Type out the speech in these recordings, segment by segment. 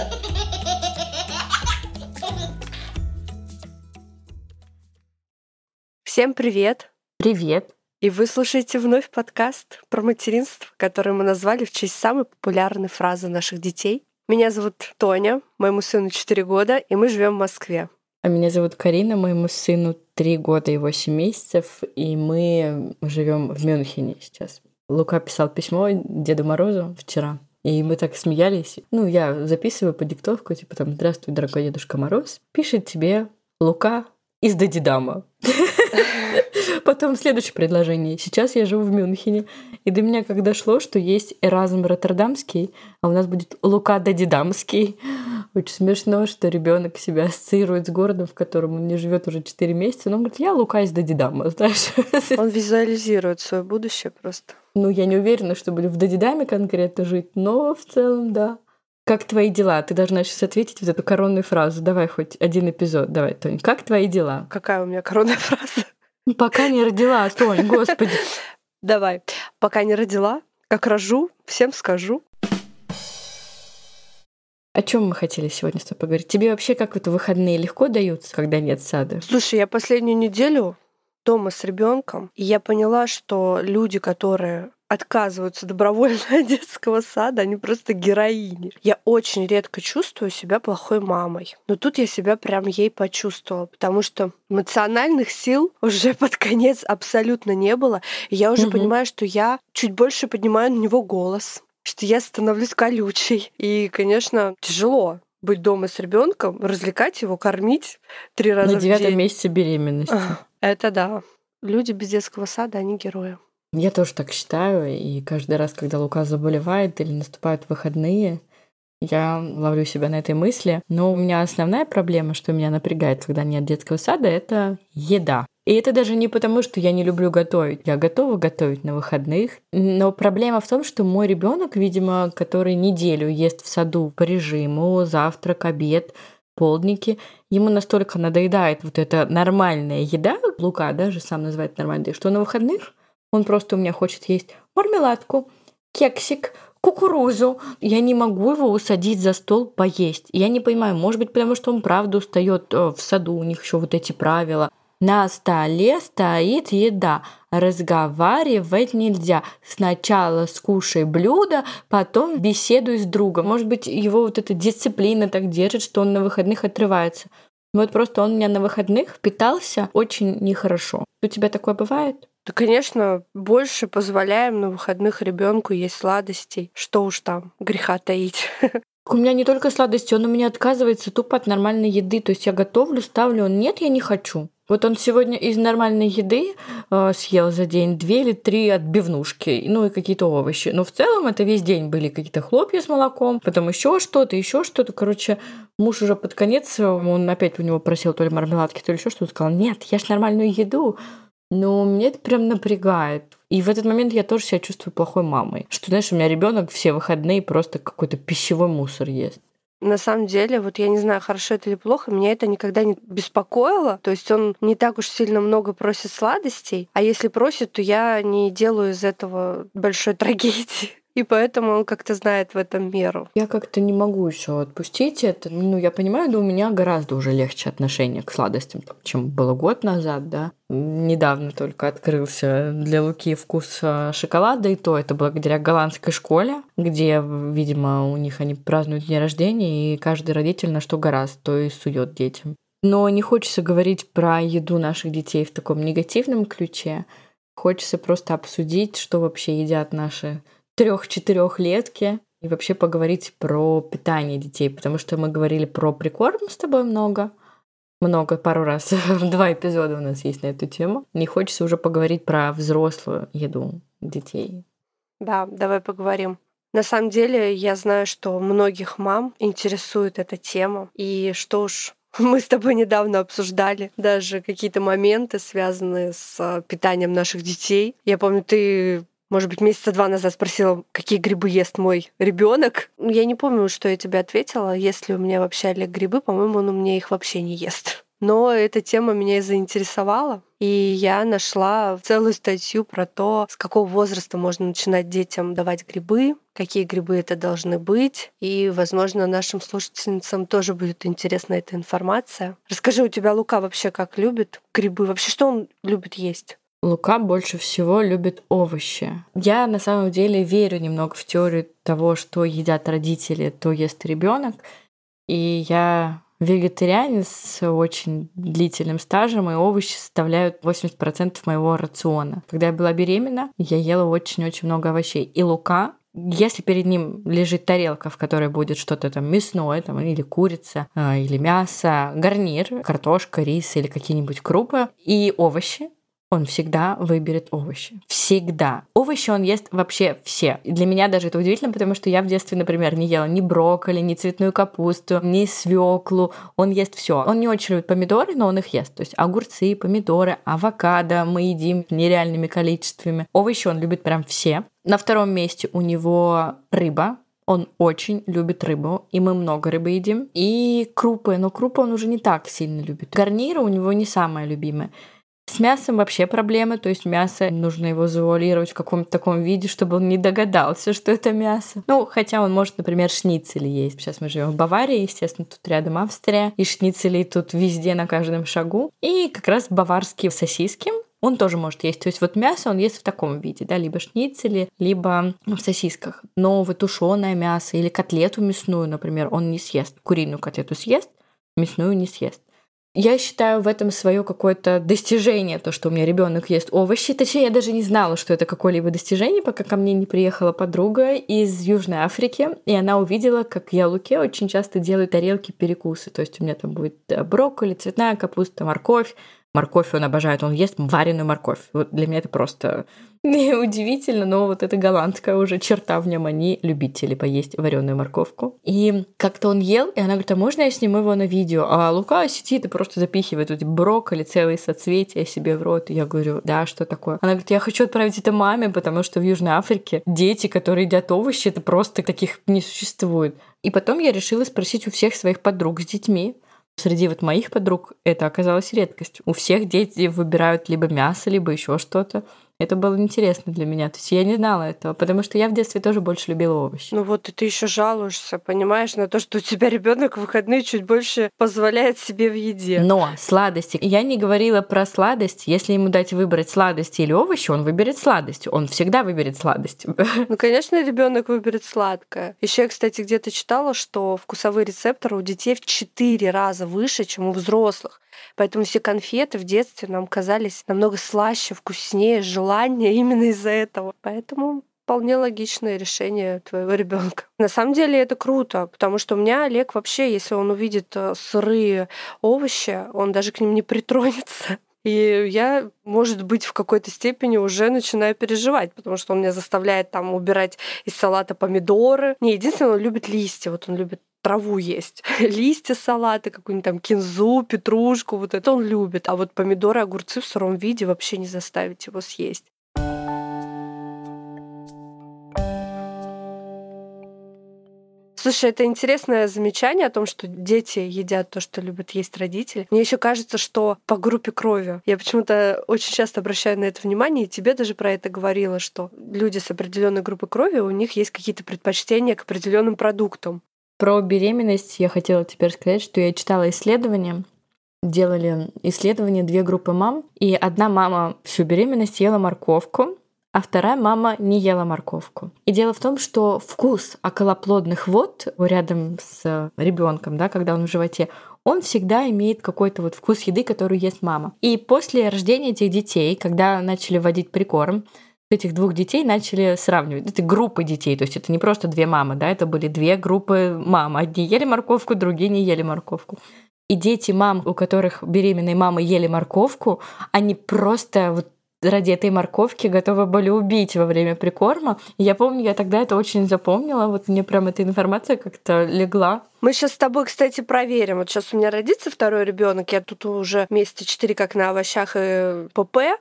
Всем привет! Привет! И вы слушаете вновь подкаст про материнство, который мы назвали в честь самой популярной фразы наших детей. Меня зовут Тоня, моему сыну 4 года, и мы живем в Москве. А меня зовут Карина, моему сыну 3 года и 8 месяцев, и мы живем в Мюнхене сейчас. Лука писал письмо Деду Морозу вчера, и мы так смеялись. Я записываю по диктовку, «Здравствуй, дорогой Дедушка Мороз. Пишет тебе Лука из Дадидама». Потом следующее предложение. Сейчас я живу в Мюнхене, и до меня как дошло, что есть Эразм Роттердамский, а у нас будет Лука Дадидамский. Очень смешно, что ребенок себя ассоциирует с городом, в котором он не живет уже 4 месяца. Но он говорит, я Лука из Дадидама, знаешь. Он визуализирует свое будущее просто. Я не уверена, что буду в Дадидаме конкретно жить, но в целом, да. Как твои дела? Ты должна сейчас ответить вот эту коронную фразу. Давай хоть один эпизод. Давай, Тонь. Как твои дела? Какая у меня коронная фраза? Пока не родила, Тонь, господи. Давай. Пока не родила, как рожу, всем скажу. О чем мы хотели сегодня с тобой поговорить? Тебе вообще как это выходные легко даются, когда нет сада? Слушай, я последнюю неделю дома с ребенком, и я поняла, что люди, которые отказываются добровольно от детского сада, они просто героини. Я очень редко чувствую себя плохой мамой. Но тут я себя прям ей почувствовала, потому что эмоциональных сил уже под конец абсолютно не было. И я уже понимаю, что я чуть больше поднимаю на него голос, что я становлюсь колючей. И, конечно, тяжело быть дома с ребенком, развлекать его, кормить 3 раза в день. На 9 месяце беременности. Это да. Люди без детского сада, они герои. Я тоже так считаю, и каждый раз, когда Лука заболевает или наступают выходные, я ловлю себя на этой мысли. Но у меня основная проблема, что меня напрягает, когда нет детского сада, это еда. И это даже не потому, что я не люблю готовить. Я готова готовить на выходных. Но проблема в том, что мой ребенок, видимо, который неделю ест в саду по режиму, завтрак, обед, полдники, ему настолько надоедает вот эта нормальная еда, Лука даже сам называет нормальной, что на выходных он просто у меня хочет есть мармеладку, кексик, кукурузу. Я не могу его усадить за стол поесть. Я не понимаю, может быть, потому что он правда устает в саду, у них еще вот эти правила. На столе стоит еда. Разговаривать нельзя. Сначала скушай блюдо, потом беседуй с другом. Может быть, его вот эта дисциплина так держит, что он на выходных отрывается. Вот просто он у меня на выходных питался очень нехорошо. У тебя такое бывает? Да, конечно, больше позволяем на выходных ребенку есть сладостей. Что уж там греха таить. У меня не только сладости, он у меня отказывается тупо от нормальной еды. То есть я готовлю, ставлю, он нет, я не хочу. Вот он сегодня из нормальной еды съел за день 2 или 3 отбивнушки, и какие-то овощи. Но в целом это весь день были какие-то хлопья с молоком, потом еще что-то. Короче, муж уже под конец, он опять у него просил то ли мармеладки, то ли еще что-то, сказал, нет, ешь нормальную еду. Но меня это прям напрягает. И в этот момент я тоже себя чувствую плохой мамой. Что, знаешь, у меня ребенок все выходные просто какой-то пищевой мусор ест. На самом деле, вот я не знаю, хорошо это или плохо, меня это никогда не беспокоило. То есть он не так уж сильно много просит сладостей, а если просит, то я не делаю из этого большой трагедии. И поэтому он как-то знает в этом меру. Я как-то не могу еще отпустить это. Я понимаю, но у меня гораздо уже легче отношение к сладостям, чем было год назад, да. Недавно только открылся для Луки вкус шоколада, и то это благодаря голландской школе, где, видимо, у них они празднуют день рождения, и каждый родитель на что гораздо, то и сует детям. Но не хочется говорить про еду наших детей в таком негативном ключе. Хочется просто обсудить, что вообще едят наши 3-4-летки, и вообще поговорить про питание детей, потому что мы говорили про прикорм с тобой много, пару раз, 2 эпизода у нас есть на эту тему. Не хочется уже поговорить про взрослую еду детей. Да, давай поговорим. На самом деле, я знаю, что многих мам интересует эта тема, и что уж мы с тобой недавно обсуждали даже какие-то моменты, связанные с питанием наших детей. Я помню, ты, может быть, месяца 2 назад спросила, какие грибы ест мой ребенок. Я не помню, что я тебе ответила. Есть ли у меня вообще Олег грибы? По-моему, он у меня их вообще не ест. Но эта тема меня и заинтересовала. И я нашла целую статью про то, с какого возраста можно начинать детям давать грибы, какие грибы это должны быть. И, возможно, нашим слушательницам тоже будет интересна эта информация. Расскажи, у тебя Лука вообще как любит грибы? Вообще, что он любит есть? Лука больше всего любит овощи. Я на самом деле верю немного в теорию того, что едят родители, то ест ребенок. И я вегетарианец с очень длительным стажем, и овощи составляют 80% моего рациона. Когда я была беременна, я ела очень-очень много овощей. И Лука, если перед ним лежит тарелка, в которой будет что-то там мясное, там, или курица, или мясо, гарнир, картошка, рис или какие-нибудь крупы, и овощи, он всегда выберет овощи. Всегда. Овощи он ест вообще все. И для меня даже это удивительно, потому что я в детстве, например, не ела ни брокколи, ни цветную капусту, ни свеклу. Он ест все. Он не очень любит помидоры, но он их ест. То есть огурцы, помидоры, авокадо мы едим нереальными количествами. Овощи он любит прям все. На втором месте у него рыба. Он очень любит рыбу, и мы много рыбы едим. И крупы, но крупы он уже не так сильно любит. Гарниры у него не самое любимое. С мясом вообще проблемы, то есть мясо нужно его завуалировать в каком-то таком виде, чтобы он не догадался, что это мясо. Ну, хотя он может, например, шницели есть. Сейчас мы живем в Баварии, естественно, тут рядом Австрия, и шницели тут везде, на каждом шагу. И как раз баварские сосиски он тоже может есть. То есть вот мясо он ест в таком виде, да, либо шницели, либо в сосисках. Но вот тушеное мясо или котлету мясную, например, он не съест. Куриную котлету съест, мясную не съест. Я считаю в этом свое какое-то достижение, то, что у меня ребенок ест овощи. Точнее, я даже не знала, что это какое-либо достижение, пока ко мне не приехала подруга из Южной Африки, и она увидела, как я Луке очень часто делаю тарелки перекусы. То есть у меня там будет брокколи, цветная капуста, морковь. Морковь он обожает, он ест вареную морковь. Вот для меня это просто удивительно, но вот это голландская уже черта в нем, они любители поесть вареную морковку. И как-то он ел, и она говорит, а можно я сниму его на видео? А Лука сидит и просто запихивает эти брокколи, целые соцветия себе в рот. И я говорю, да, что такое? Она говорит, я хочу отправить это маме, потому что в Южной Африке дети, которые едят овощи, это просто таких не существует. И потом я решила спросить у всех своих подруг с детьми. Среди вот моих подруг это оказалось редкостью. У всех дети выбирают либо мясо, либо еще что-то. Это было интересно для меня. То есть я не знала этого, потому что я в детстве тоже больше любила овощи. Ну вот и ты еще жалуешься, понимаешь, на то, что у тебя ребенок в выходные чуть больше позволяет себе в еде. Но сладости. Я не говорила про сладость. Если ему дать выбрать сладости или овощи, он выберет сладость. Он всегда выберет сладость. Ну, конечно, ребенок выберет сладкое. Еще я, кстати, где-то читала, что вкусовые рецепторы у детей в 4 раза выше, чем у взрослых. Поэтому все конфеты в детстве нам казались намного слаще, вкуснее, желание именно из-за этого. Поэтому вполне логичное решение твоего ребенка. На самом деле это круто, потому что у меня Олег вообще, если он увидит сырые овощи, он даже к ним не притронется. И я, может быть, в какой-то степени уже начинаю переживать, потому что он меня заставляет там убирать из салата помидоры. Не, единственное, он любит листья, вот он любит траву есть. Листья салата, какую-нибудь там кинзу, петрушку, вот это он любит. А вот помидоры, огурцы в сыром виде вообще не заставить его съесть. Слушай, это интересное замечание о том, что дети едят то, что любят есть родители. Мне еще кажется, что по группе крови. Я почему-то очень часто обращаю на это внимание, и тебе даже про это говорила, что люди с определенной группой крови, у них есть какие-то предпочтения к определенным продуктам. Про беременность я хотела теперь сказать, что я читала исследования. Делали исследования 2 группы мам, и одна мама всю беременность ела морковку, а вторая мама не ела морковку. И дело в том, что вкус околоплодных вод рядом с ребенком, да, когда он в животе, он всегда имеет какой-то вот вкус еды, которую ест мама. И после рождения этих детей, когда начали вводить прикорм, этих 2 детей начали сравнивать. Это группы детей, то есть это не просто 2 мамы, да, это были 2 группы мам. Одни ели морковку, другие не ели морковку. И дети мам, у которых беременные мамы ели морковку, они просто вот ради этой морковки готовы были убить во время прикорма. И я помню, я тогда это очень запомнила. Вот мне прям эта информация как-то легла. Мы сейчас с тобой, кстати, проверим. Вот сейчас у меня родится второй ребенок, я тут уже месяца 4 как на овощах и ПП.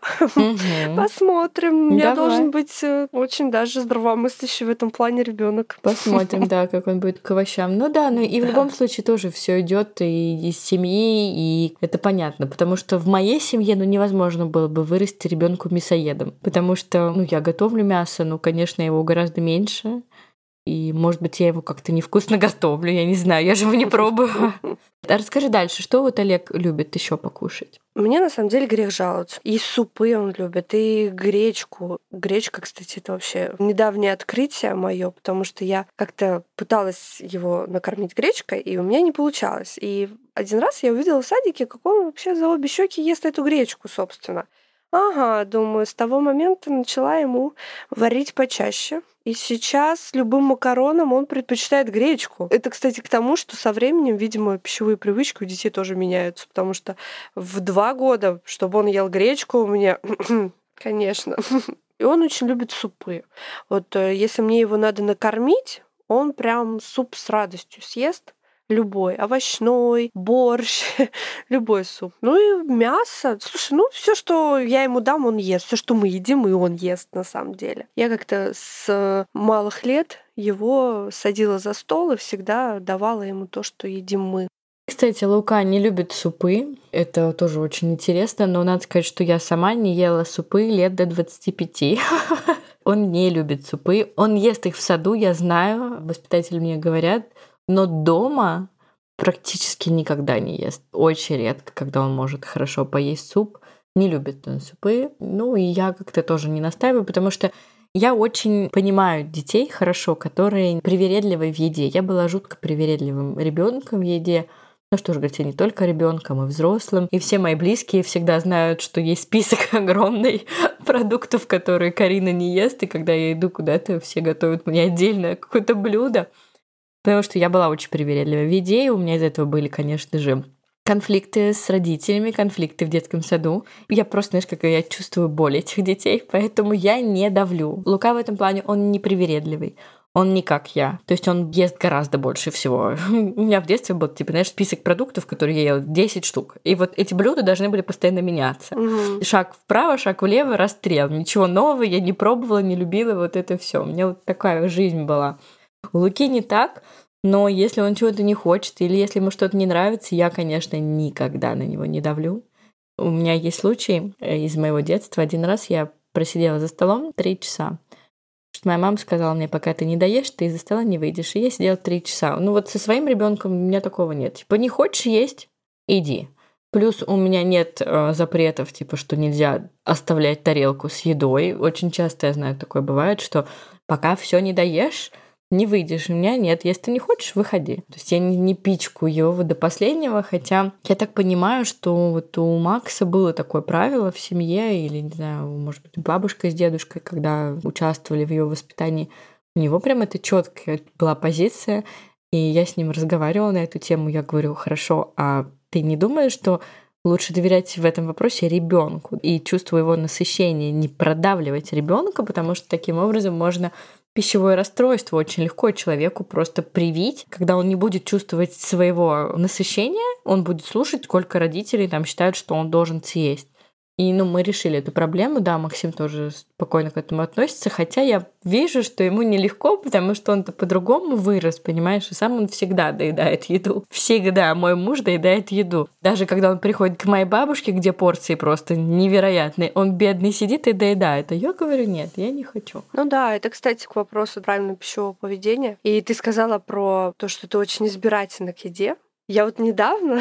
Посмотрим. У меня должен быть очень даже здравомыслящий в этом плане ребенок. Посмотрим, да, как он будет к овощам. Ну да, ну и в любом случае тоже все идет и из семьи, и это понятно, потому что в моей семье, невозможно было бы вырасти ребенку мясоедом, потому что, я готовлю мясо, конечно, его гораздо меньше. И, может быть, я его как-то невкусно готовлю, я не знаю, я же его не пробую. Расскажи дальше, что вот Олег любит еще покушать? Мне, на самом деле, грех жаловаться. И супы он любит, и гречку. Гречка, кстати, это вообще недавнее открытие мое, потому что я как-то пыталась его накормить гречкой, и у меня не получалось. И один раз я увидела в садике, как он вообще за обе щеки ест эту гречку, собственно. Ага, думаю, с того момента начала ему варить почаще. И сейчас любым макароном он предпочитает гречку. Это, кстати, к тому, что со временем, видимо, пищевые привычки у детей тоже меняются, потому что в 2 года, чтобы он ел гречку, у меня, конечно. И он очень любит супы. Вот если мне его надо накормить, он прям суп с радостью съест. Любой, овощной, борщ, любой суп. Ну и мясо. Слушай, все, что я ему дам, он ест. Все, что мы едим, и он ест на самом деле. Я как-то с малых лет его садила за стол и всегда давала ему то, что едим мы. Кстати, Лука не любит супы. Это тоже очень интересно, но надо сказать, что я сама не ела супы лет до 25. Он не любит супы. Он ест их в саду, я знаю. Воспитатели мне говорят. Но дома практически никогда не ест. Очень редко, когда он может хорошо поесть суп. Не любит он супы. И я как-то тоже не настаиваю, потому что я очень понимаю детей хорошо, которые привередливы в еде. Я была жутко привередливым ребенком в еде. Что ж говорить, не только ребенком, и взрослым. И все мои близкие всегда знают, что есть список огромный продуктов, которые Карина не ест. И когда я иду куда-то, все готовят мне отдельное какое-то блюдо. Потому что я была очень привередлива в еде, и у меня из этого были, конечно же, конфликты с родителями, конфликты в детском саду. Я просто, я чувствую боль этих детей, поэтому я не давлю. Лука в этом плане, он не привередливый. Он не как я. То есть он ест гораздо больше всего. У меня в детстве был, список продуктов, которые я ела, 10 штук. И вот эти блюда должны были постоянно меняться. Шаг вправо, шаг влево, расстрел. Ничего нового я не пробовала, не любила, вот это все. У меня вот такая жизнь была. У Луки не так, но если он чего-то не хочет или если ему что-то не нравится, я, конечно, никогда на него не давлю. У меня есть случай из моего детства. Один раз я просидела за столом 3 часа. Что моя мама сказала мне, пока ты не доешь, ты из-за стола не выйдешь. И я сидела 3 часа. Вот со своим ребенком у меня такого нет. Не хочешь есть? Иди. Плюс у меня нет запретов, что нельзя оставлять тарелку с едой. Очень часто, я знаю, такое бывает, что пока все не доешь, не выйдешь. У меня нет. Если ты не хочешь, выходи. То есть я не пичкаю его до последнего, хотя я так понимаю, что вот у Макса было такое правило в семье, или, не знаю, может быть, бабушка с дедушкой, когда участвовали в его воспитании, у него прям это четкая была позиция, и я с ним разговаривала на эту тему. Я говорю, хорошо, а ты не думаешь, что лучше доверять в этом вопросе ребенку и чувству его насыщения, не продавливать ребенка, потому что таким образом можно пищевое расстройство очень легко человеку просто привить, когда он не будет чувствовать своего насыщения, он будет слушать, сколько родителей считают, что он должен съесть. И мы решили эту проблему, да, Максим тоже спокойно к этому относится, хотя я вижу, что ему нелегко, потому что он-то по-другому вырос, понимаешь, и сам он всегда доедает еду. Всегда мой муж доедает еду. Даже когда он приходит к моей бабушке, где порции просто невероятные, он бедный сидит и доедает, а я говорю, нет, я не хочу. Да, это, кстати, к вопросу правильного пищевого поведения. И ты сказала про то, что ты очень избирательна к еде. Я вот недавно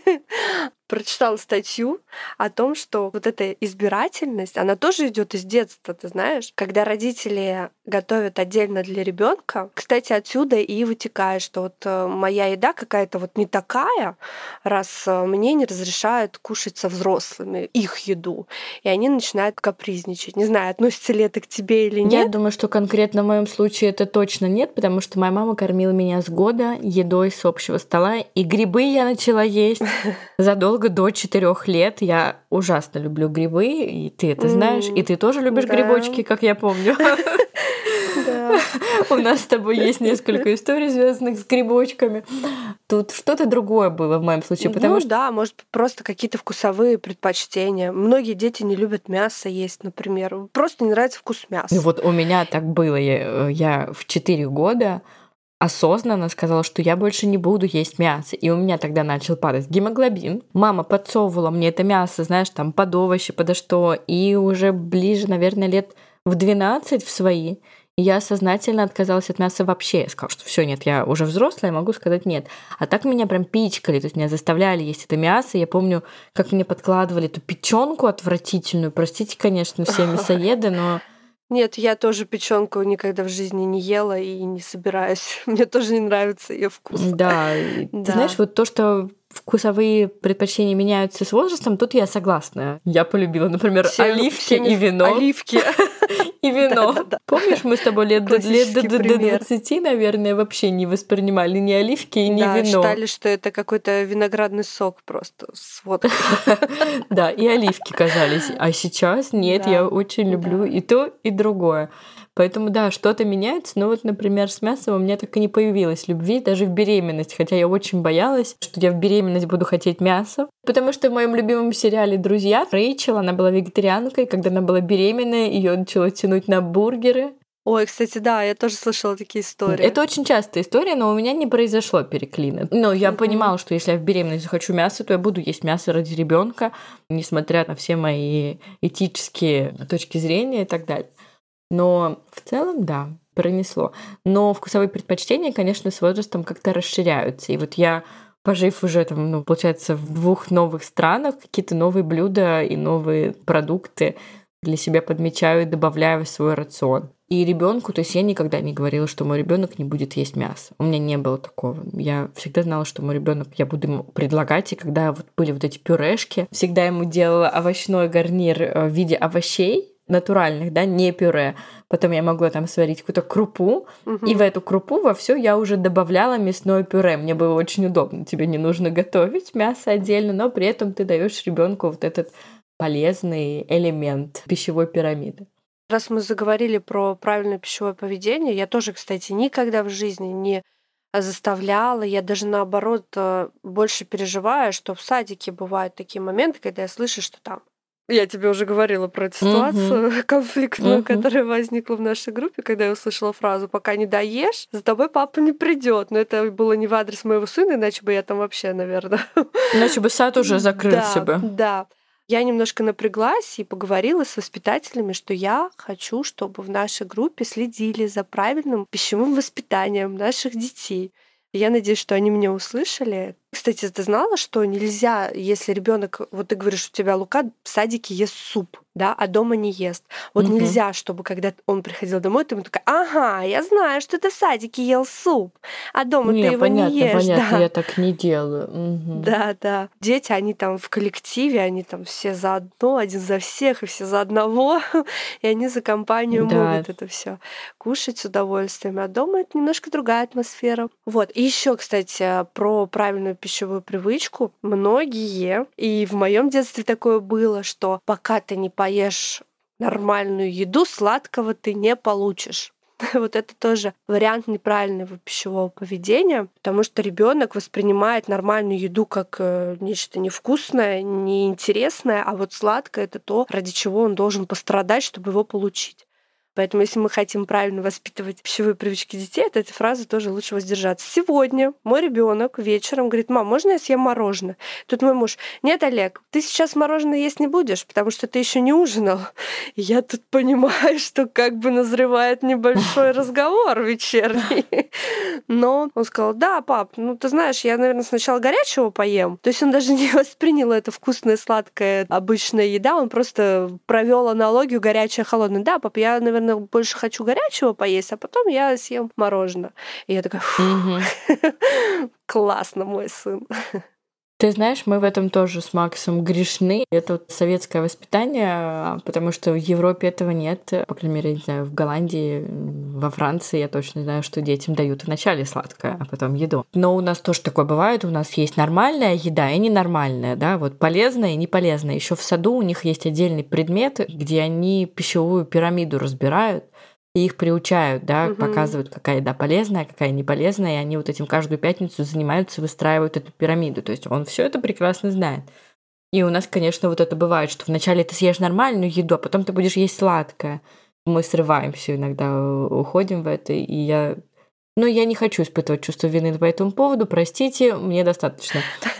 прочитала статью о том, что вот эта избирательность, она тоже идет из детства, ты знаешь, когда родители готовят отдельно для ребенка. Кстати, отсюда и вытекает, что вот моя еда какая-то вот не такая, раз мне не разрешают кушать со взрослыми их еду, и они начинают капризничать. Не знаю, относится ли это к тебе или нет. Я думаю, что конкретно в моем случае это точно нет, потому что моя мама кормила меня с года едой с общего стола, и грибы я начала есть задолго до 4 лет. Я ужасно люблю грибы, и ты это знаешь, и ты тоже любишь грибочки, как я помню. У нас с тобой есть несколько историй, связанных с грибочками. Тут что-то другое было в моем случае, потому что... да, может, просто какие-то вкусовые предпочтения. Многие дети не любят мясо есть, например. Просто не нравится вкус мяса. Ну вот у меня так было. Я в 4 года осознанно сказала, что я больше не буду есть мясо. И у меня тогда начал падать гемоглобин. Мама подсовывала мне это мясо, знаешь, там под овощи, подо что. И уже ближе, наверное, лет в 12 в свои я сознательно отказалась от мяса вообще. Я сказала, что все, нет, я уже взрослая, могу сказать нет. А так меня прям пичкали, то есть меня заставляли есть это мясо. Я помню, как мне подкладывали эту печенку отвратительную. Простите, конечно, все мясоеды, но... Нет, я тоже печенку никогда в жизни не ела и не собираюсь. Мне тоже не нравится ее вкус. Да, ты знаешь, вот то, что вкусовые предпочтения меняются с возрастом, тут я согласна. Я полюбила, например, оливки и вино. Оливки. И вино. Да. Помнишь, мы с тобой лет до 20, наверное, вообще не воспринимали ни оливки, ни вино. Считали, что это какой-то виноградный сок просто с водкой. Да, и оливки казались. А сейчас нет, я очень люблю и то, и другое. Поэтому, да, что-то меняется. Но вот, например, с мясом у меня так и не появилось любви даже в беременность. Хотя я очень боялась, что я в беременность буду хотеть мясо. Потому что в моем любимом сериале «Друзья» Рэйчел, она была вегетарианкой. Когда она была беременная, ее начало тянуть на бургеры. Ой, кстати, да, я тоже слышала такие истории. Это очень частая история, но у меня не произошло переклина. Но я понимала, что если я в беременность захочу мясо, то я буду есть мясо ради ребенка, несмотря на все мои этические точки зрения и так далее. Но в целом, да, пронесло. Но вкусовые предпочтения, конечно, с возрастом как-то расширяются. И вот я, пожив уже там, получается, в 2 новых странах, какие-то новые блюда и новые продукты для себя подмечаю и добавляю в свой рацион. И ребенку, то есть я никогда не говорила, что мой ребенок не будет есть мясо. У меня не было такого. Я всегда знала, что мой ребенок, я буду ему предлагать. И когда вот были вот эти пюрешки, всегда ему делала овощной гарнир в виде овощей натуральных, да, не пюре. Потом я могла там сварить какую-то крупу, и в эту крупу во все я уже добавляла мясное пюре. Мне было очень удобно. Тебе не нужно готовить мясо отдельно, но при этом ты даешь ребенку вот этот полезный элемент пищевой пирамиды. Раз мы заговорили про правильное пищевое поведение, я тоже, кстати, никогда в жизни не заставляла. Я даже наоборот больше переживаю, что в садике бывают такие моменты, когда я слышу, что там... Я тебе уже говорила про эту ситуацию конфликтную, которая возникла в нашей группе, когда я услышала фразу «пока не доешь, за тобой папа не придет». Но это было не в адрес моего сына, иначе бы я там вообще, наверное... Иначе бы сад уже закрылся бы. Да. Я немножко напряглась и поговорила с воспитателями, что я хочу, чтобы в нашей группе следили за правильным пищевым воспитанием наших детей. Я надеюсь, что они меня услышали. Кстати, ты знала, что нельзя, если ребенок, вот ты говоришь, у тебя Лука в садике ест суп, да, а дома не ест. Вот нельзя, чтобы когда он приходил домой, ты ему такая: ага, я знаю, что ты в садике ел суп, а дома ты его не ешь. Понятно, да. Я так не делаю. Да. Дети, они там в коллективе, они там все за одно, один за всех и все за одного, и они за компанию могут это все кушать с удовольствием. А дома это немножко другая атмосфера. Вот. И еще, кстати, про правильную пищевую привычку. Многие, и в моем детстве такое было, что пока ты не поешь нормальную еду, сладкого ты не получишь. Вот это тоже вариант неправильного пищевого поведения, потому что ребенок воспринимает нормальную еду как нечто невкусное, неинтересное, а вот сладкое — это то, ради чего он должен пострадать, чтобы его получить. Поэтому, если мы хотим правильно воспитывать пищевые привычки детей, от этой фразы тоже лучше воздержаться. Сегодня мой ребенок вечером говорит: мам, можно я съем мороженое? Тут мой муж: нет, Олег, ты сейчас мороженое есть не будешь, потому что ты еще не ужинал. И я тут понимаю, что как бы назревает небольшой разговор вечерний. Но он сказал: да, пап, ну ты знаешь, я, наверное, сначала горячего поем. То есть он даже не воспринял это вкусное, сладкое, обычная еда, он просто провел аналогию горячее, холодное. Да, пап, я, наверное, больше хочу горячего поесть, а потом я съем мороженое. И я такая: классно, мой сын. Ты знаешь, мы в этом тоже с Максом грешны. Это вот советское воспитание, потому что в Европе этого нет. По крайней мере, я не знаю, в Голландии, во Франции я точно знаю, что детям дают вначале сладкое, а потом еду. Но у нас тоже такое бывает. У нас есть нормальная еда и ненормальная, да, вот полезная и неполезная. Еще в саду у них есть отдельный предмет, где они пищевую пирамиду разбирают. и их приучают, да, Мгм. показывают, какая еда полезная, какая не полезная, и они вот этим каждую пятницу занимаются, выстраивают эту пирамиду. То есть он все это прекрасно знает. И у нас, конечно, вот это бывает, что вначале ты съешь нормальную еду, а потом ты будешь есть сладкое. Мы срываемся иногда, уходим в это, и я не хочу испытывать чувство вины по этому поводу, простите, мне достаточно.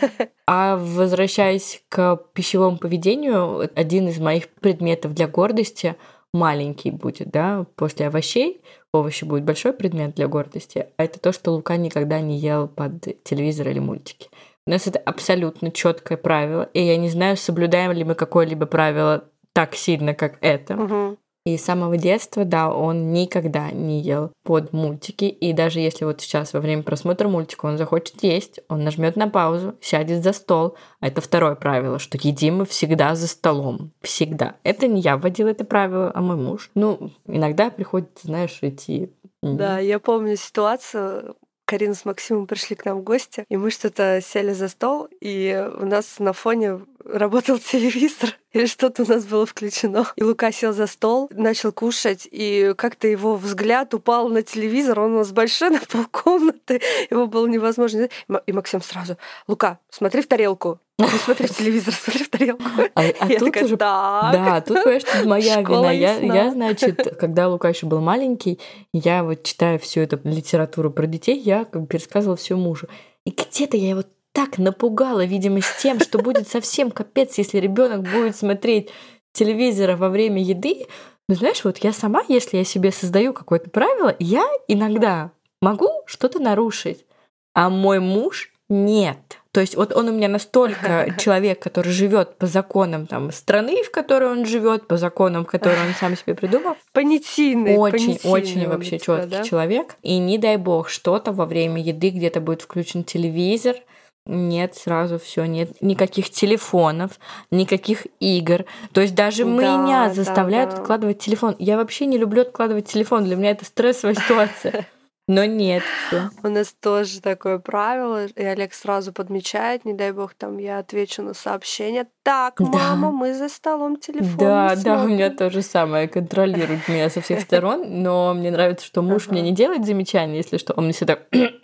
А возвращаясь к пищевому поведению, один из моих предметов для гордости маленький будет, да, после овощей. Овощи будет большой предмет для гордости, а это то, что Лука никогда не ел под телевизор или мультики. У нас это абсолютно четкое правило, и я не знаю, соблюдаем ли мы какое-либо правило так сильно, как это. Мгм. И с самого детства, да, он никогда не ел под мультики. И даже если вот сейчас во время просмотра мультика он захочет есть, он нажмет на паузу, сядет за стол. А это второе правило, что едим мы всегда за столом. Всегда. Это не я вводила это правило, а мой муж. Иногда приходится, знаешь, идти. Да, я помню ситуацию. Карина с Максимом пришли к нам в гости, и мы что-то сели за стол, и у нас на фоне работал телевизор, или что-то у нас было включено. И Лука сел за стол, начал кушать, и как-то его взгляд упал на телевизор, он у нас большой, на полкомнаты, его было невозможно. И Максим сразу: «Лука, смотри в тарелку, не смотри в телевизор, смотри в тарелку». А Я тут такая: уже, «Так, да, тут, понимаешь, тут моя школа вина. Я, ясна». значит, когда Лука еще был маленький, я вот читая всю эту литературу про детей, я как бы пересказывала все мужу. И где-то я его так напугала, видимо, с тем, что будет совсем капец, если ребенок будет смотреть телевизор во время еды. Но знаешь, вот я сама, если я себе создаю какое-то правило, я иногда могу что-то нарушить, а мой муж нет. То есть вот он у меня настолько человек, который живет по законам там страны, в которой он живет, по законам, которые он сам себе придумал. Понятийный, Очень понятийный он у вообще тебя, четкий да? человек. И не дай бог, что-то во время еды где-то будет включен телевизор. Нет, сразу все, нет никаких телефонов, никаких игр. То есть даже меня Да, да, заставляют да. откладывать телефон. Я вообще не люблю откладывать телефон. Для меня это стрессовая ситуация. Но нет, все. У нас тоже такое правило, и Олег сразу подмечает, не дай бог, там я отвечу на сообщение: «Так, мама, Да. мы за столом телефон не Да, да, у меня смотрим». то же самое, контролирует меня со всех сторон, но мне нравится, что муж мне Ага, не делает замечаний, если что, он мне всегда...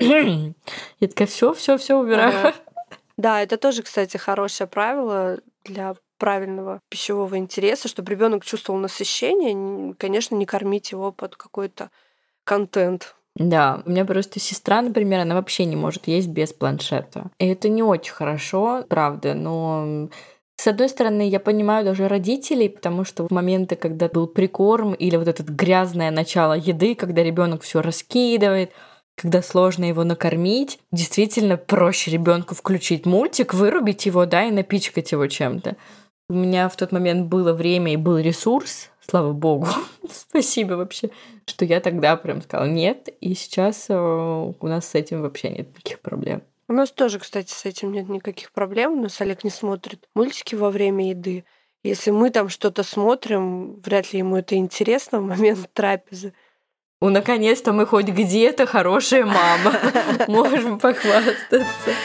Я такая, все убираю. ага. Да, это тоже, кстати, хорошее правило для правильного пищевого интереса, чтобы ребенок чувствовал насыщение, конечно, не кормить его под какой-то контент. Да, у меня просто сестра, например, она вообще не может есть без планшета. И это не очень хорошо, правда, но с одной стороны, я понимаю даже родителей, потому что в моменты, когда был прикорм или вот это грязное начало еды, когда ребенок все раскидывает, когда сложно его накормить, действительно проще ребенку включить мультик, вырубить его, да, и напичкать его чем-то. У меня в тот момент было время и был ресурс, слава богу, спасибо вообще, что я тогда прям сказала нет, и сейчас у нас с этим вообще нет никаких проблем. У нас тоже, кстати, с этим нет никаких проблем. У нас Олег не смотрит мультики во время еды. Если мы там что-то смотрим, вряд ли ему это интересно в момент трапезы. Наконец-то мы хоть где-то хорошая мама. Можем похвастаться.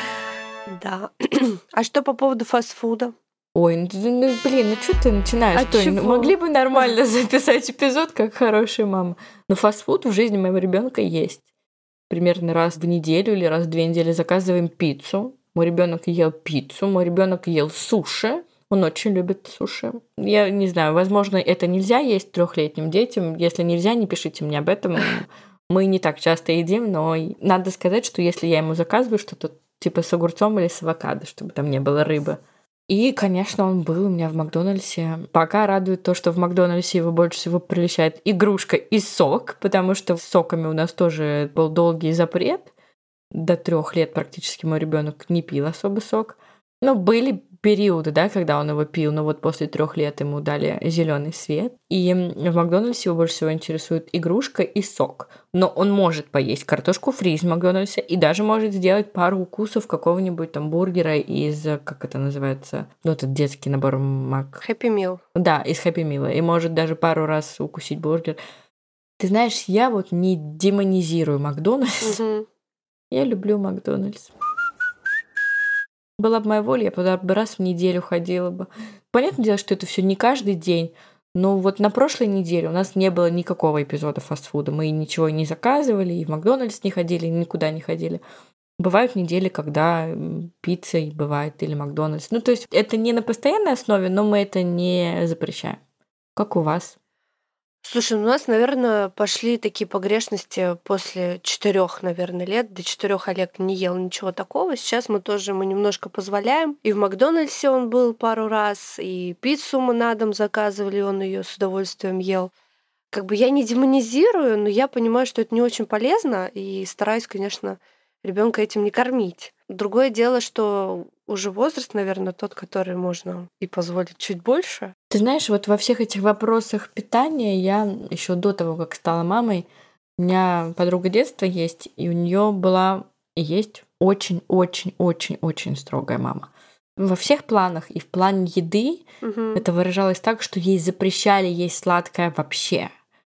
Да. А что по поводу фастфуда? Ой, блин, что ты начинаешь? А чего? Могли бы нормально записать эпизод, как хорошая мама. Но фастфуд в жизни моего ребенка есть. Примерно раз в неделю или раз в 2 недели заказываем пиццу. Мой ребенок ел пиццу, мой ребенок ел суши. Он очень любит суши. Я не знаю, возможно, это нельзя есть 3-летним детям. Если нельзя, не пишите мне об этом. Мы не так часто едим, но надо сказать, что если я ему заказываю что-то типа с огурцом или с авокадо, чтобы там не было рыбы. И, конечно, он был у меня в Макдональдсе. Пока радует то, что в Макдональдсе его больше всего прельщает игрушка и сок, потому что с соками у нас тоже был долгий запрет. До 3 лет практически мой ребенок не пил особо сок. Но были периоды, да, когда он его пил, но вот после 3 лет ему дали зеленый свет. И в Макдональдсе его больше всего интересует игрушка и сок. Но он может поесть картошку фри из Макдональдса и даже может сделать пару укусов какого-нибудь там бургера из, как это называется, этот детский набор Мак. Happy Meal. Да, из Happy Meal. И может даже пару раз укусить бургер. Ты знаешь, я вот не демонизирую Макдональдс. Мгм. Я люблю Макдональдс. Была бы моя воля, я туда бы раз в неделю ходила бы. Понятное дело, что это все не каждый день, Но вот на прошлой неделе у нас не было никакого эпизода фастфуда. Мы ничего не заказывали, и в Макдональдс не ходили, и никуда не ходили. Бывают недели, когда пицца бывает или Макдональдс. Ну, то есть это не на постоянной основе, но мы это не запрещаем. Как у вас? Слушай, у нас, наверное, пошли такие погрешности после 4, наверное, лет. До 4 Олег не ел ничего такого. Сейчас мы тоже ему немножко позволяем. И в Макдональдсе он был пару раз, и пиццу мы на дом заказывали, он ее с удовольствием ел. Как бы я не демонизирую, но я понимаю, что это не очень полезно, и стараюсь, конечно, ребенка этим не кормить. Другое дело, что уже возраст, наверное, тот, который можно и позволить чуть больше. Ты знаешь, вот во всех этих вопросах питания я еще до того, как стала мамой, у меня подруга детства есть, и у нее была и есть очень-очень-очень-очень строгая мама. Во всех планах и в плане еды это выражалось так, что ей запрещали есть сладкое вообще.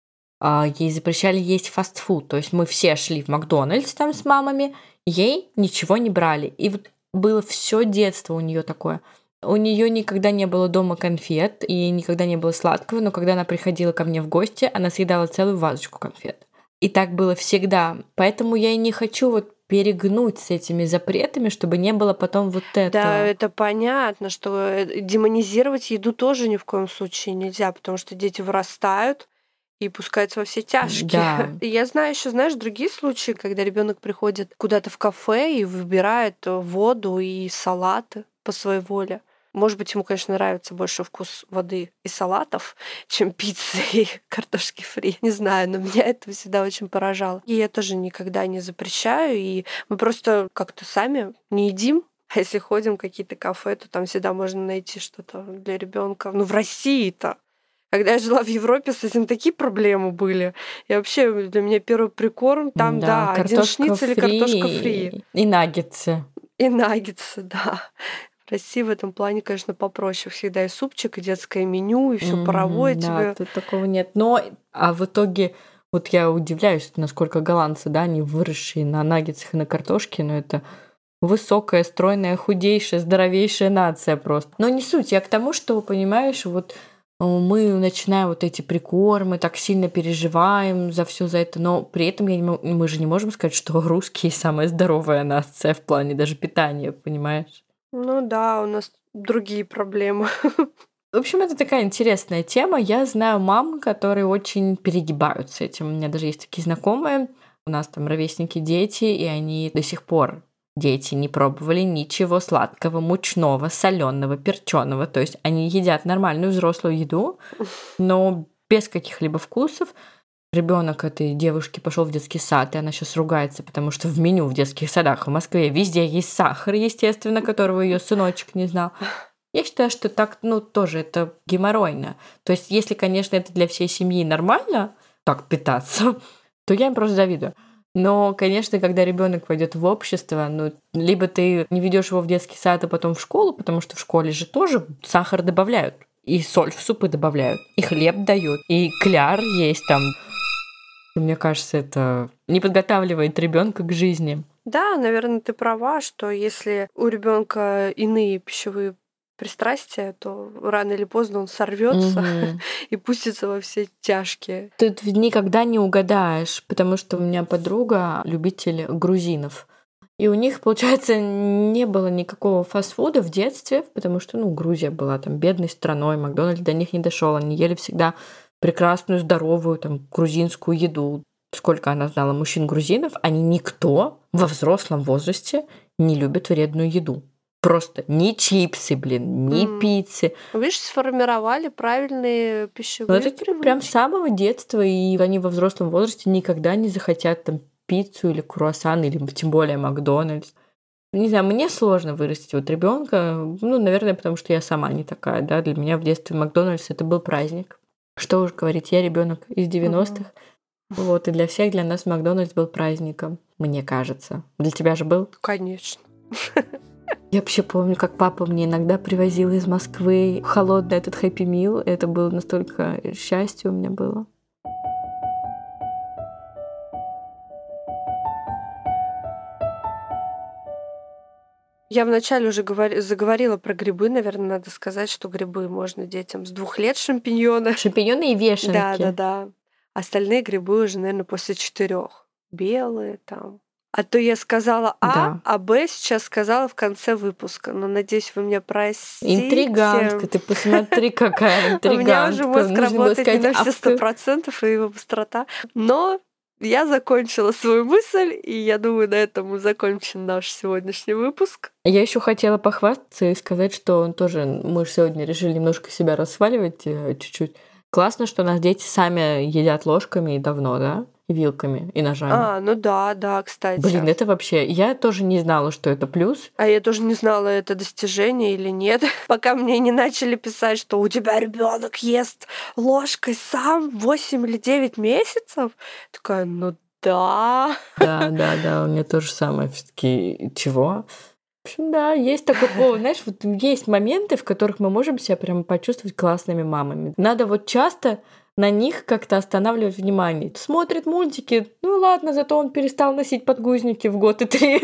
Ей запрещали есть фастфуд. То есть мы все шли в Макдональдс там с мамами, ей ничего не брали. И вот было все детство у нее такое. У нее никогда не было дома конфет и никогда не было сладкого, но когда она приходила ко мне в гости, она съедала целую вазочку конфет. И так было всегда. Поэтому я и не хочу вот перегнуть с этими запретами, чтобы не было потом вот Да, этого. это понятно, что демонизировать еду тоже ни в коем случае нельзя, потому что дети вырастают и пускаются во все тяжкие. Да. И я знаю еще, знаешь, другие случаи, когда ребенок приходит куда-то в кафе и выбирает воду и салаты по своей воле. Может быть, ему, конечно, нравится больше вкус воды и салатов, чем пиццы и картошки фри. Не знаю, но меня это всегда очень поражало. И я тоже никогда не запрещаю, и мы просто как-то сами не едим. А если ходим в какие-то кафе, то там всегда можно найти что-то для ребенка. Ну, в России-то. Когда я жила в Европе, с этим такие проблемы были. И вообще для меня первый прикорм там, да, один картошка шницель и картошка фри. и наггетсы. И наггетсы, да. В России в этом плане, конечно, попроще. Всегда и супчик, и детское меню, и все паровое Да, тебе. тут такого нет. Но, в итоге, вот я удивляюсь, насколько голландцы, да, они выросшие на наггетсах и на картошке, но это высокая, стройная, худейшая, здоровейшая нация просто. Но не суть. Я к тому, что, понимаешь, вот мы начинаем вот эти прикормы, так сильно переживаем за все за это, но при этом мы же не можем сказать, что русские самая здоровая нация в плане даже питания, понимаешь? Ну да, у нас другие проблемы. В общем, это такая интересная тема. Я знаю мам, которые очень перегибают с этим. У меня даже есть такие знакомые. У нас там ровесники дети, и они до сих пор дети не пробовали ничего сладкого, мучного, соленого, перченого. То есть они едят нормальную взрослую еду, но без каких-либо вкусов. Ребенок этой девушки пошел в детский сад, и она сейчас ругается, потому что в меню в детских садах в Москве везде есть сахар, естественно, которого ее сыночек не знал. Я считаю, что так, тоже это геморройно. То есть, если, конечно, это для всей семьи нормально так питаться, то я им просто завидую. Но, конечно, когда ребенок пойдет в общество, либо ты не ведешь его в детский сад, а потом в школу, потому что в школе же тоже сахар добавляют, и соль в супы добавляют, и хлеб дают, и кляр есть там. Мне кажется, это не подготавливает ребенка к жизни. Да, наверное, ты права, что если у ребенка иные пищевые пристрастия, то рано или поздно он сорвется и пустится во все тяжкие. Тут никогда не угадаешь, потому что у меня подруга любитель грузинов. И у них, получается, не было никакого фастфуда в детстве, потому что, Грузия была там бедной страной, Макдональдс до них не дошел, они ели всегда прекрасную, здоровую там грузинскую еду. Сколько она знала мужчин-грузинов, они никто во взрослом возрасте не любит вредную еду. Просто ни чипсы, ни пиццы. Видишь, сформировали правильные пищевые это прям с самого детства, и они во взрослом возрасте никогда не захотят там пиццу или круассан, или тем более Макдональдс. Не знаю, мне сложно вырастить вот ребенка, наверное, потому что я сама не такая, да, для меня в детстве Макдональдс это был праздник. Что уж говорить, я ребенок из 90-х. Вот, и для нас Макдональдс был праздником, мне кажется. Для тебя же был? Конечно. Я вообще помню, как папа мне иногда привозил из Москвы холодный этот Happy Meal. Это было настолько счастье у меня было. Я вначале уже заговорила про грибы. Наверное, надо сказать, что грибы можно детям с 2 лет, шампиньоны. Шампиньоны и вешенки. Да. Остальные грибы уже, наверное, после 4. Белые там. А то я сказала Да. а Б сейчас сказала в конце выпуска. Но, надеюсь, вы меня простите. Интригантка, ты посмотри, какая интригантка. У меня уже мозг Нужно было работает не сказать, на все «Ах ты». 100%, и его быстрота. Но я закончила свою мысль, и я думаю, на этом мы закончим наш сегодняшний выпуск. Я еще хотела похвастаться и сказать, что мы же сегодня решили немножко себя расхваливать чуть-чуть. Классно, что у нас дети сами едят ложками и давно, да? И вилками, и ножами. Ну да, кстати. Блин, это вообще... Я тоже не знала, что это плюс. А я тоже не знала, это достижение или нет. Пока мне не начали писать, что у тебя ребенок ест ложкой сам 8 или 9 месяцев. Такая, ну да. Да, у меня то же самое. Все-таки чего? В общем, да, есть такой повод. Знаешь, вот есть моменты, в которых мы можем себя прям почувствовать классными мамами. Надо вот часто на них как-то останавливать внимание. Смотрит мультики, ну ладно, зато он перестал носить подгузники в год и 3.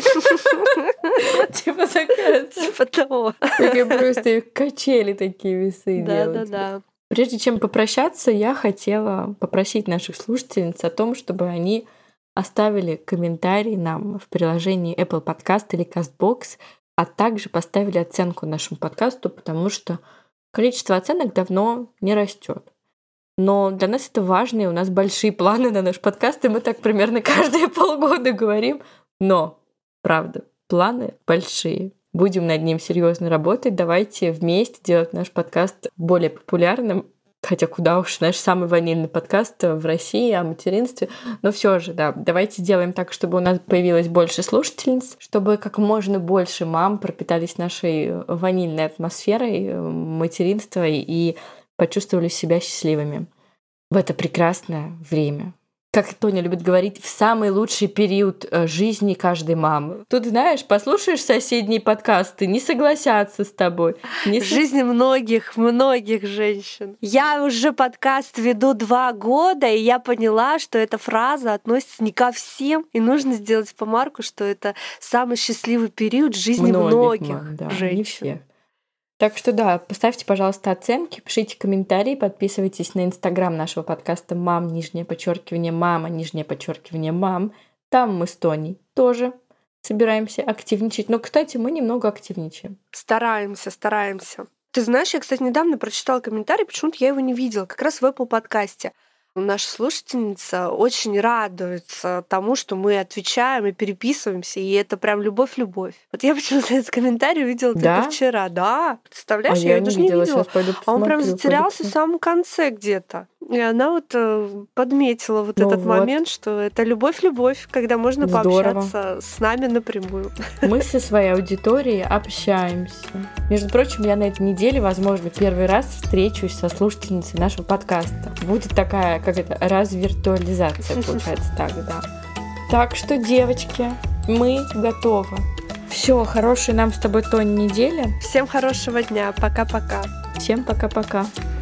Типа такая. Типа того. Такие просто качели такие весы делать. Да. Прежде чем попрощаться, я хотела попросить наших слушательниц о том, чтобы они оставили комментарий нам в приложении Apple Podcast или CastBox, а также поставили оценку нашему подкасту, потому что количество оценок давно не растет. Но для нас это важно, и у нас большие планы на наш подкаст, и мы так примерно каждые полгода говорим. Но, правда, планы большие. Будем над ним серьезно работать. Давайте вместе делать наш подкаст более популярным. Хотя куда уж, наш самый ванильный подкаст в России о материнстве. Но все же, да, давайте сделаем так, чтобы у нас появилось больше слушательниц, чтобы как можно больше мам пропитались нашей ванильной атмосферой материнства и почувствовали себя счастливыми в это прекрасное время. Как Тоня любит говорить, в самый лучший период жизни каждой мамы. Тут, знаешь, послушаешь соседние подкасты, не согласятся с тобой. В жизни многих женщин. Я уже подкаст веду 2 года, и я поняла, что эта фраза относится не ко всем. И нужно сделать помарку, что это самый счастливый период жизни многих женщин. Не всех. Так что да, поставьте, пожалуйста, оценки, пишите комментарии, подписывайтесь на Инстаграм нашего подкаста мама, _мам. Там мы с Тоней тоже собираемся активничать. Но, кстати, мы немного активничаем. Стараемся. Ты знаешь, я, кстати, недавно прочитала комментарий, почему-то я его не видела, как раз в Apple подкасте. Наша слушательница очень радуется тому, что мы отвечаем и переписываемся, и это прям любовь. Вот я почему-то этот комментарий увидела только вчера. Да, представляешь, я его даже не видела. А он прям затерялся в самом конце где-то. И она вот подметила этот момент, что это любовь, когда можно пообщаться с нами напрямую. Мы со своей аудиторией общаемся. Между прочим, я на этой неделе, возможно, первый раз встречусь со слушательницей нашего подкаста. Будет такая, развиртуализация, получается так, да. Так что, девочки, мы готовы. Все, хорошей нам с тобой, Тоня, недели. Всем хорошего дня. Пока-пока. Всем пока-пока.